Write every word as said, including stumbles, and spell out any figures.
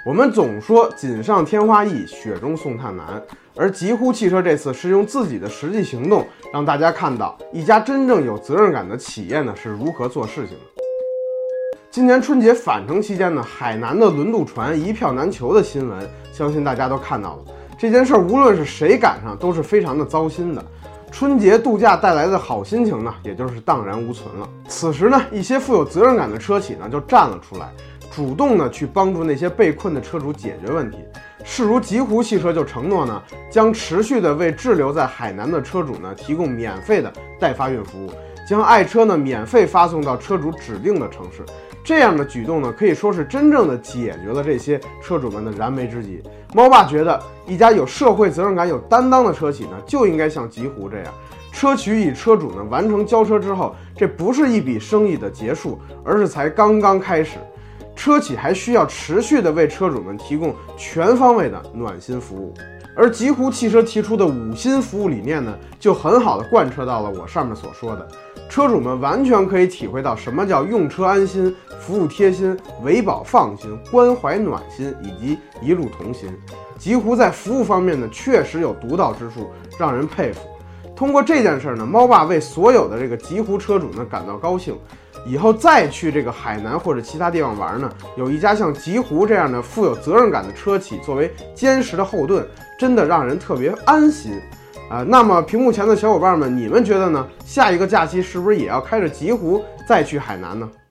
我们总说锦上添花易，雪中送炭难，而极狐汽车这次是用自己的实际行动，让大家看到一家真正有责任感的企业呢是如何做事情的。今年春节返程期间呢，海南的轮渡船一票难求的新闻，相信大家都看到了。这件事儿无论是谁赶上，都是非常的糟心的。春节度假带来的好心情呢，也就是荡然无存了。此时呢，一些富有责任感的车企呢就站了出来，主动的去帮助那些被困的车主解决问题。事如极狐汽车就承诺呢，将持续的为滞留在海南的车主呢提供免费的代发运服务，将爱车呢免费发送到车主指定的城市。这样的举动呢，可以说是真正的解决了这些车主们的燃眉之急。猫爸觉得，一家有社会责任感、有担当的车企呢，就应该像极狐这样，车企与车主呢完成交车之后，这不是一笔生意的结束，而是才刚刚开始。车企还需要持续的为车主们提供全方位的暖心服务。而极狐汽车提出的五新服务理念呢，就很好的贯彻到了我上面所说的，车主们完全可以体会到什么叫用车安心、服务贴心、维保放心、关怀暖心以及一路同心。极狐在服务方面呢，确实有独到之处，让人佩服。通过这件事呢，猫爸为所有的这个极狐车主呢感到高兴。以后再去这个海南或者其他地方玩呢，有一家像极狐这样的富有责任感的车企作为坚实的后盾，真的让人特别安心啊、呃。那么屏幕前的小伙伴们，你们觉得呢？下一个假期是不是也要开着极狐再去海南呢？